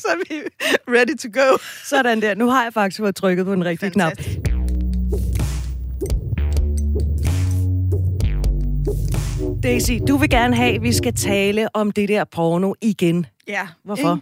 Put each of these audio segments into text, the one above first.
Så er vi ready to go. Sådan der. Nu har jeg faktisk fået trykket på den rigtige knap. Daisy, du vil gerne have, at vi skal tale om det der porno igen. Ja. Hvorfor?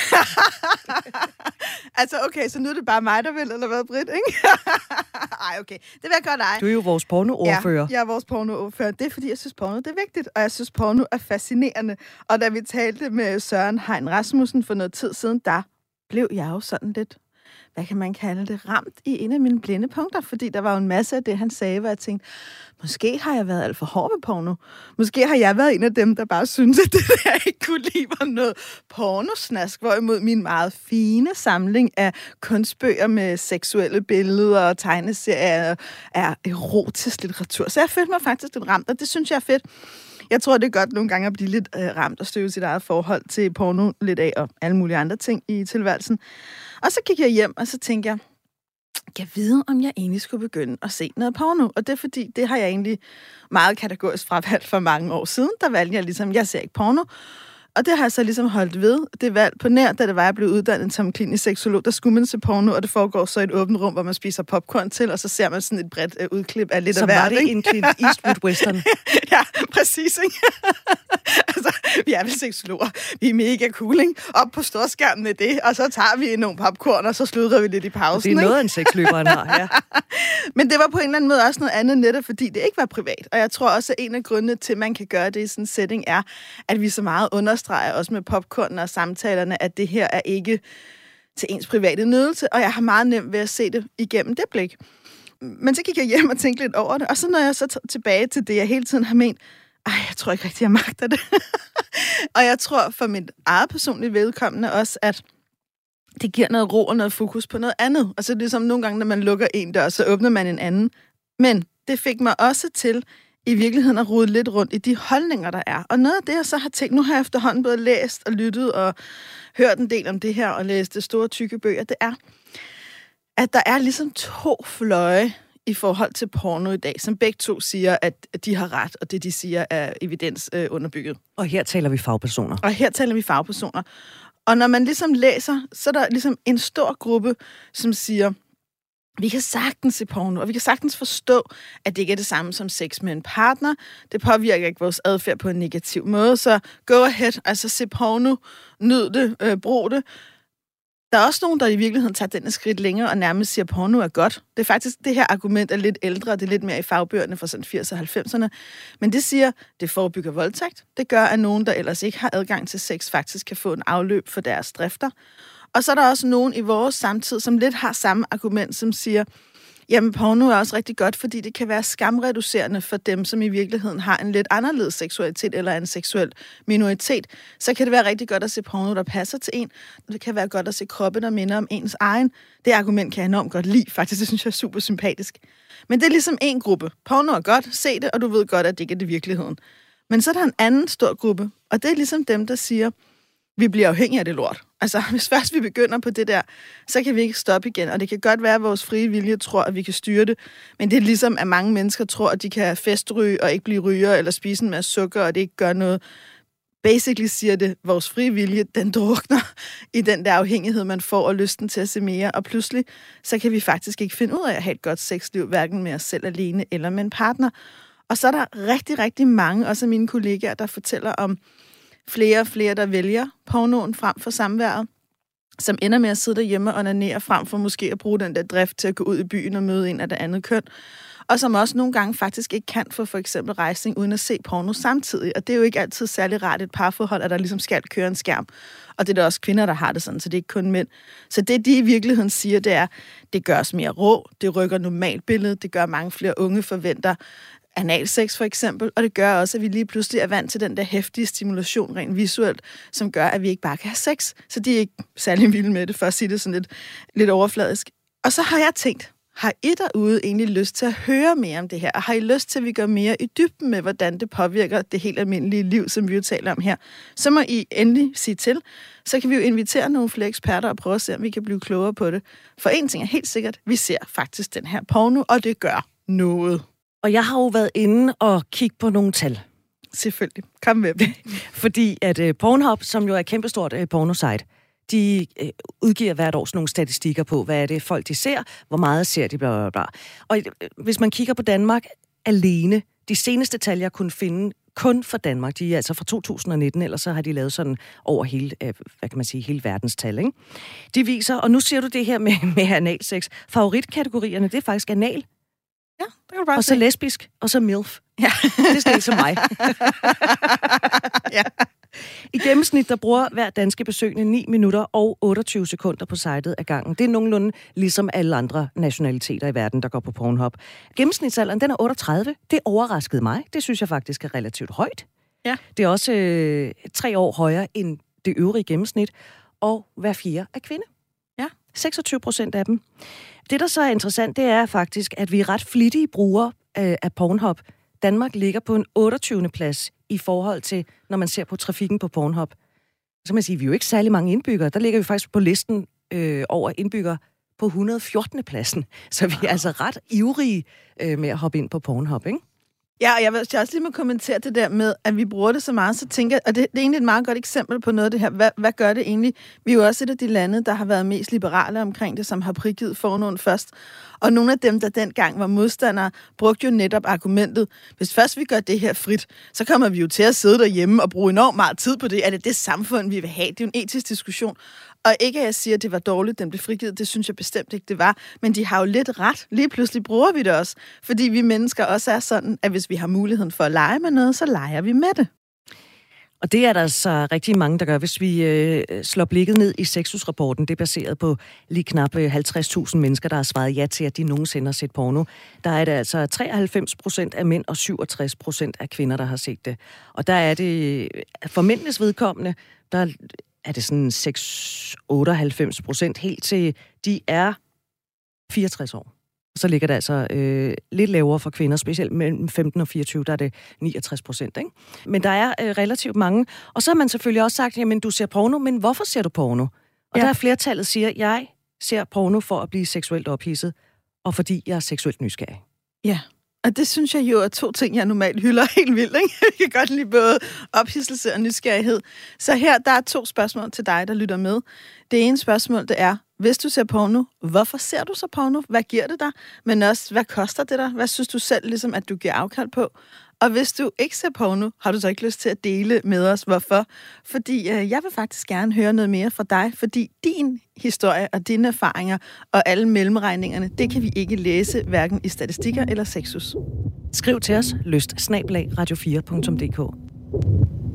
Altså, okay, så nu er det bare mig, der vil, eller hvad, Britt, ikke? Ej, okay. Det vil jeg godt dig. Du er jo vores pornoordfører. Ja, jeg er vores pornoordfører. Det er, fordi jeg synes, porno det er vigtigt, og jeg synes, porno er fascinerende. Og da vi talte med Søren Hein Rasmussen for noget tid siden, der blev jeg jo sådan lidt, hvad kan man kalde det, ramt i en af mine blinde punkter, fordi der var jo en masse af det, han sagde, hvor jeg tænkte, måske har jeg været alt for hård ved porno. Måske har jeg været en af dem, der bare synes, at det der ikke kunne lide var noget pornosnask, hvorimod min meget fine samling af kunstbøger med seksuelle billeder og tegneserier er erotisk litteratur. Så jeg følte mig faktisk lidt ramt, og det synes jeg er fedt. Jeg tror, det er godt nogle gange at blive lidt ramt og støve sit eget forhold til porno lidt af, og alle mulige andre ting i tilværelsen. Og så gik jeg hjem, og så tænkte jeg, jeg ved, om jeg egentlig skulle begynde at se noget porno. Og det er fordi, det har jeg egentlig meget kategorisk fravalgt for mange år siden. Der valgte jeg ligesom, jeg ser ikke porno. Og det har jeg så ligesom holdt ved. Det valg på nær, da det var, jeg blev uddannet som klinisk seksolog, der skulle man se porno, og det foregår så i et åbent rum, hvor man spiser popcorn til, og så ser man sådan et bredt udklip af lidt af hvert. Så var det en Clint Eastwood western? Ja, præcis, ikke? Altså, vi er vel seksologer. Vi er mega cool, ikke? Op på storskærmen med det, og så tager vi nogle popcorn, og så sludrer vi lidt i pausen, ikke? Det er noget, en seksløber har, ja. Men det var på en eller anden måde også noget andet netop, fordi det ikke var privat. Og jeg tror også, at en af grundene til, at man kan gøre det i sådan en setting, er, at vi så meget understreger også med popcorn og samtalerne, at det her er ikke til ens private nydelse, og jeg har meget nemt ved at se det igennem det blik. Men så gik jeg hjem og tænkte lidt over det, og så når jeg så tilbage til det, jeg hele tiden har ment, jeg tror ikke rigtig, jeg magter det. Og jeg tror for mit eget personlige vedkommende også, at det giver noget ro og noget fokus på noget andet. Og så er det ligesom nogle gange, når man lukker en dør, så åbner man en anden. Men det fik mig også til i virkeligheden at rode lidt rundt i de holdninger, der er. Og noget af det, jeg så har tænkt, nu har jeg efterhånden både læst og lyttet og hørt en del om det her og læst det store, tykke bøger, det er, at der er ligesom to fløje i forhold til porno i dag, som begge to siger, at de har ret, og det, de siger, er evidens underbygget. Og her taler vi fagpersoner. Og når man ligesom læser, så er der ligesom en stor gruppe, som siger, vi kan sagtens se porno, og vi kan sagtens forstå, at det ikke er det samme som sex med en partner. Det påvirker ikke vores adfærd på en negativ måde, så go ahead, altså se porno, nyd det, brug det. Der er også nogen, der i virkeligheden tager den skridt længere og nærmest siger, at porno er godt. Det er faktisk, det her argument er lidt ældre, det er lidt mere i fagbøgerne fra sådan 80'erne og 90'erne. Men det siger, det forebygger voldtægt. Det gør, at nogen, der ellers ikke har adgang til sex, faktisk kan få en afløb for deres drifter. Og så er der også nogen i vores samtid, som lidt har samme argument, som siger, jamen porno er også rigtig godt, fordi det kan være skamreducerende for dem, som i virkeligheden har en lidt anderledes seksualitet eller en seksuel minoritet. Så kan det være rigtig godt at se porno, der passer til en. Det kan være godt at se kroppe, der minder om ens egen. Det argument kan jeg enormt godt lide, faktisk. Det synes jeg er super sympatisk. Men det er ligesom en gruppe. Porno er godt, se det, og du ved godt, at det ikke er det virkeligheden. Men så er der en anden stor gruppe, og det er ligesom dem, der siger, vi bliver afhængige af det lort. Altså, hvis først vi begynder på det der, så kan vi ikke stoppe igen. Og det kan godt være, at vores frie vilje tror, at vi kan styre det. Men det er ligesom, at mange mennesker tror, at de kan festryge og ikke blive ryger eller spise en masse sukker, og det ikke gør noget. Basically siger det, at vores frie vilje, den drukner i den der afhængighed, man får, og lysten til at se mere. Og pludselig, så kan vi faktisk ikke finde ud af at have et godt sexliv, hverken med os selv alene eller med en partner. Og så er der rigtig, rigtig mange, også af mine kollegaer, der fortæller om flere og flere, der vælger pornoen frem for samværet, som ender med at sidde derhjemme og onanere frem for måske at bruge den der drift til at gå ud i byen og møde en af det andet køn, og som også nogle gange faktisk ikke kan få for eksempel rejsning uden at se porno samtidig. Og det er jo ikke altid særlig rart et parforhold, at der ligesom skal køre en skærm. Og det er der også kvinder, der har det sådan, så det er ikke kun mænd. Så det, de i virkeligheden siger, det er, det gør os mere rå, det rykker normalbilledet, det gør, at mange flere unge forventer analsex for eksempel, og det gør også, at vi lige pludselig er vant til den der heftige stimulation rent visuelt, som gør, at vi ikke bare kan have sex. Så de er ikke særlig vilde med det, for at sige det sådan lidt overfladisk. Og så har jeg tænkt, har I derude egentlig lyst til at høre mere om det her? Og har I lyst til, at vi går mere i dybden med, hvordan det påvirker det helt almindelige liv, som vi jo taler om her? Så må I endelig sige til. Så kan vi jo invitere nogle flere eksperter og prøve at se, om vi kan blive klogere på det. For en ting er helt sikkert, vi ser faktisk den her porno, og det gør noget. Og jeg har jo været inde og kigge på nogle tal. Selvfølgelig. Kom med dem. Fordi at Pornhub, som jo er et kæmpestort pornosite, de udgiver hvert år sådan nogle statistikker på, hvad er det folk de ser, hvor meget ser de, bla bla bla. Og hvis man kigger på Danmark alene, de seneste tal, jeg kunne finde, kun for Danmark, de er altså fra 2019, ellers så har de lavet sådan over hele, hvad kan man sige, hele verdens tal, ikke? De viser, og nu ser du det her med analsex, favoritkategorierne, det er faktisk anal. Ja, det kan du bare og så lesbisk, og så MILF. Ja. Det skal ikke som mig. Ja. I gennemsnit, der bruger hver danske besøgende 9 minutter og 28 sekunder på sitet af gangen. Det er nogenlunde ligesom alle andre nationaliteter i verden, der går på Pornhub. Gennemsnitsalderen, den er 38. Det overraskede mig. Det synes jeg faktisk er relativt højt. Ja. Det er også 3 år højere end det øvrige gennemsnit, og hver 4 er kvinde. Ja. 26% af dem. Det, der så er interessant, det er faktisk, at vi er ret flittige brugere af Pornhub. Danmark ligger på en 28. plads i forhold til, når man ser på trafikken på Pornhub. Så kan man sige, at vi er jo ikke særlig mange indbyggere. Der ligger vi faktisk på listen over indbyggere på 114. pladsen. Så vi er altså ret ivrige med at hoppe ind på Pornhub, ikke? Ja, og jeg vil også lige må kommentere det der med, at vi bruger det så meget, så tænker jeg, og det er egentlig et meget godt eksempel på noget af det her. Hvad gør det egentlig? Vi er jo også et af de lande, der har været mest liberale omkring det, som har prikket fornåen først. Og nogle af dem, der dengang var modstandere, brugte jo netop argumentet, hvis først vi gør det her frit, så kommer vi jo til at sidde derhjemme og bruge enormt meget tid på det. Er det samfund, vi vil have? Det er jo en etisk diskussion. Og ikke at jeg siger, at det var dårligt, den blev frigivet, det synes jeg bestemt ikke, det var. Men de har jo lidt ret. Lige pludselig bruger vi det også. Fordi vi mennesker også er sådan, at hvis vi har muligheden for at lege med noget, så leger vi med det. Og det er der så rigtig mange, der gør. Hvis vi slår blikket ned i Sexus-rapporten, det er baseret på lige knap 50.000 mennesker, der har svaret ja til, at de nogensinde har set porno. Der er det altså 93% af mænd og 67% af kvinder, der har set det. Og der er det for mændenes vedkommende, der er det sådan 98% helt til de er 64 år. Så ligger det altså lidt lavere for kvinder, specielt mellem 15 og 24, der er det 69%, ikke? Men der er relativt mange. Og så har man selvfølgelig også sagt, jamen du ser porno, men hvorfor ser du porno? Og der er flertallet siger, jeg ser porno for at blive seksuelt ophidset, og fordi jeg er seksuelt nysgerrig. Ja. Og det synes jeg jo er 2 ting, jeg normalt hylder helt vildt, ikke? Jeg kan godt lide både ophidselse og nysgerrighed. Så her, der er 2 spørgsmål til dig, der lytter med. Det ene spørgsmål, det er, hvis du ser porno, hvorfor ser du så porno? Hvad giver det dig? Men også, hvad koster det dig? Hvad synes du selv, ligesom, at du giver afkald på? Og hvis du ikke ser porno, har du så ikke lyst til at dele med os, hvorfor? Fordi jeg vil faktisk gerne høre noget mere fra dig, fordi din historie og dine erfaringer og alle mellemregningerne, det kan vi ikke læse, hverken i statistikker eller Sexus. Skriv til os, lyst@radio4.dk.